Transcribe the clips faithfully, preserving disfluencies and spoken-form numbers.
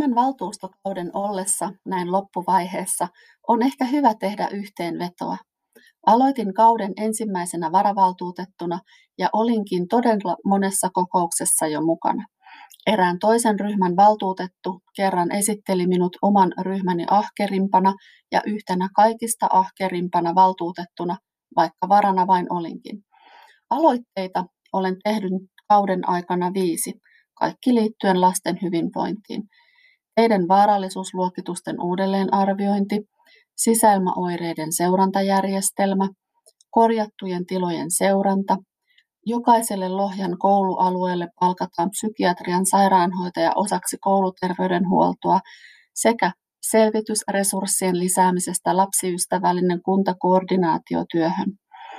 Tämän valtuustokauden ollessa näin loppuvaiheessa on ehkä hyvä tehdä yhteenvetoa. Aloitin kauden ensimmäisenä varavaltuutettuna ja olinkin todella monessa kokouksessa jo mukana. Erään toisen ryhmän valtuutettu kerran esitteli minut oman ryhmäni ahkerimpana ja yhtenä kaikista ahkerimpana valtuutettuna, vaikka varana vain olinkin. Aloitteita olen tehnyt kauden aikana viisi, kaikki liittyen lasten hyvinvointiin. Teiden vaarallisuusluokitusten uudelleenarviointi, sisäilmaoireiden seurantajärjestelmä, korjattujen tilojen seuranta, jokaiselle Lohjan koulualueelle palkataan psykiatrian sairaanhoitaja osaksi kouluterveydenhuoltoa sekä selvitys resurssien lisäämisestä lapsiystävällinen kuntakoordinaatiotyöhön.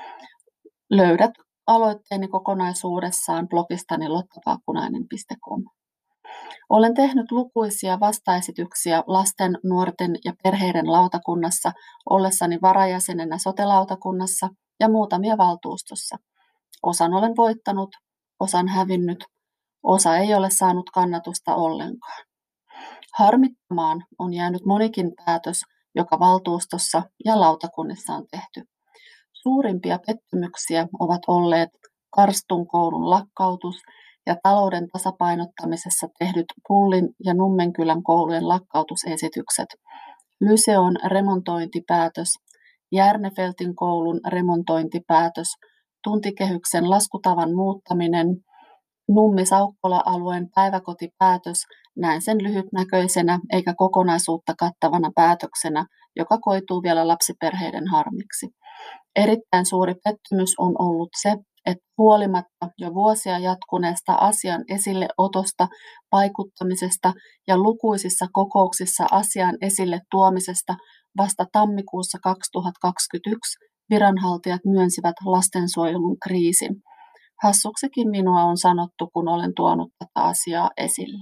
Löydät aloitteeni kokonaisuudessaan blogistani lottapakkunainen piste com. Olen tehnyt lukuisia vastaesityksiä lasten, nuorten ja perheiden lautakunnassa ollessani varajäsenenä sote-lautakunnassa ja muutamia valtuustossa. Osan olen voittanut, osan hävinnyt, osa ei ole saanut kannatusta ollenkaan. Harmittamaan on jäänyt monikin päätös, joka valtuustossa ja lautakunnissa on tehty. Suurimpia pettymyksiä ovat olleet Karstun koulun lakkautus ja talouden tasapainottamisessa tehdyt Pullin ja Nummenkylän koulujen lakkautusesitykset, Lyseon remontointipäätös, Järnefeltin koulun remontointipäätös, tuntikehyksen laskutavan muuttaminen, Nummi-Saukkola-alueen päiväkotipäätös, näin sen lyhytnäköisenä eikä kokonaisuutta kattavana päätöksenä, joka koituu vielä lapsiperheiden harmiksi. Erittäin suuri pettymys on ollut se, että huolimatta jo vuosia jatkuneesta asian esille otosta, vaikuttamisesta ja lukuisissa kokouksissa asian esille tuomisesta vasta tammikuussa kaksituhattakaksikymmentäyksi viranhaltijat myönsivät lastensuojelun kriisin. Hassuksikin minua on sanottu, kun olen tuonut tätä asiaa esille.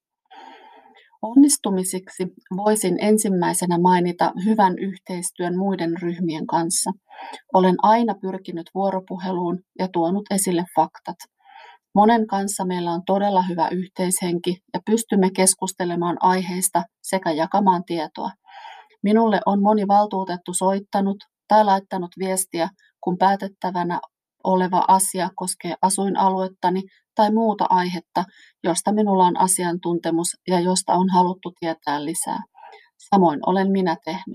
Onnistumisiksi voisin ensimmäisenä mainita hyvän yhteistyön muiden ryhmien kanssa. Olen aina pyrkinyt vuoropuheluun ja tuonut esille faktat. Monen kanssa meillä on todella hyvä yhteishenki ja pystymme keskustelemaan aiheista sekä jakamaan tietoa. Minulle on moni valtuutettu soittanut tai laittanut viestiä, kun päätettävänä oleva asia koskee asuinaluettani tai muuta aihetta, josta minulla on asiantuntemus ja josta on haluttu tietää lisää. Samoin olen minä tehnyt.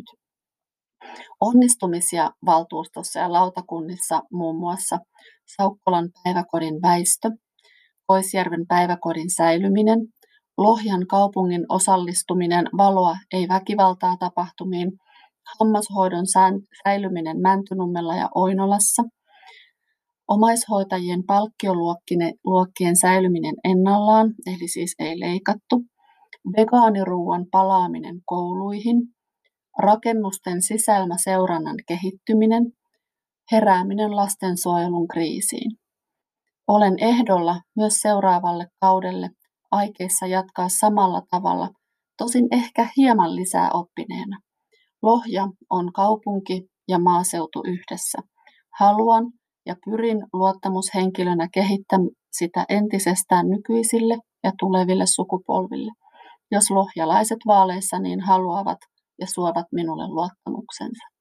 Onnistumisia valtuustossa ja lautakunnissa muun muassa Saukkolan päiväkodin väistö, Koisjärven päiväkodin säilyminen, Lohjan kaupungin osallistuminen valoa ei väkivaltaa tapahtumiin, hammashoidon säilyminen Mäntynummella ja Oinolassa, omaishoitajien palkkioluokkien säilyminen ennallaan, eli siis ei leikattu, vegaaniruuan palaaminen kouluihin, rakennusten sisäilmaseurannan kehittyminen, herääminen lastensuojelun kriisiin. Olen ehdolla myös seuraavalle kaudelle aikeissa jatkaa samalla tavalla, tosin ehkä hieman lisää oppineena. Lohja on kaupunki ja maaseutu yhdessä. Haluan ja pyrin luottamushenkilönä kehittämään sitä entisestään nykyisille ja tuleville sukupolville, jos lohjalaiset vaaleissa niin haluavat ja suovat minulle luottamuksensa.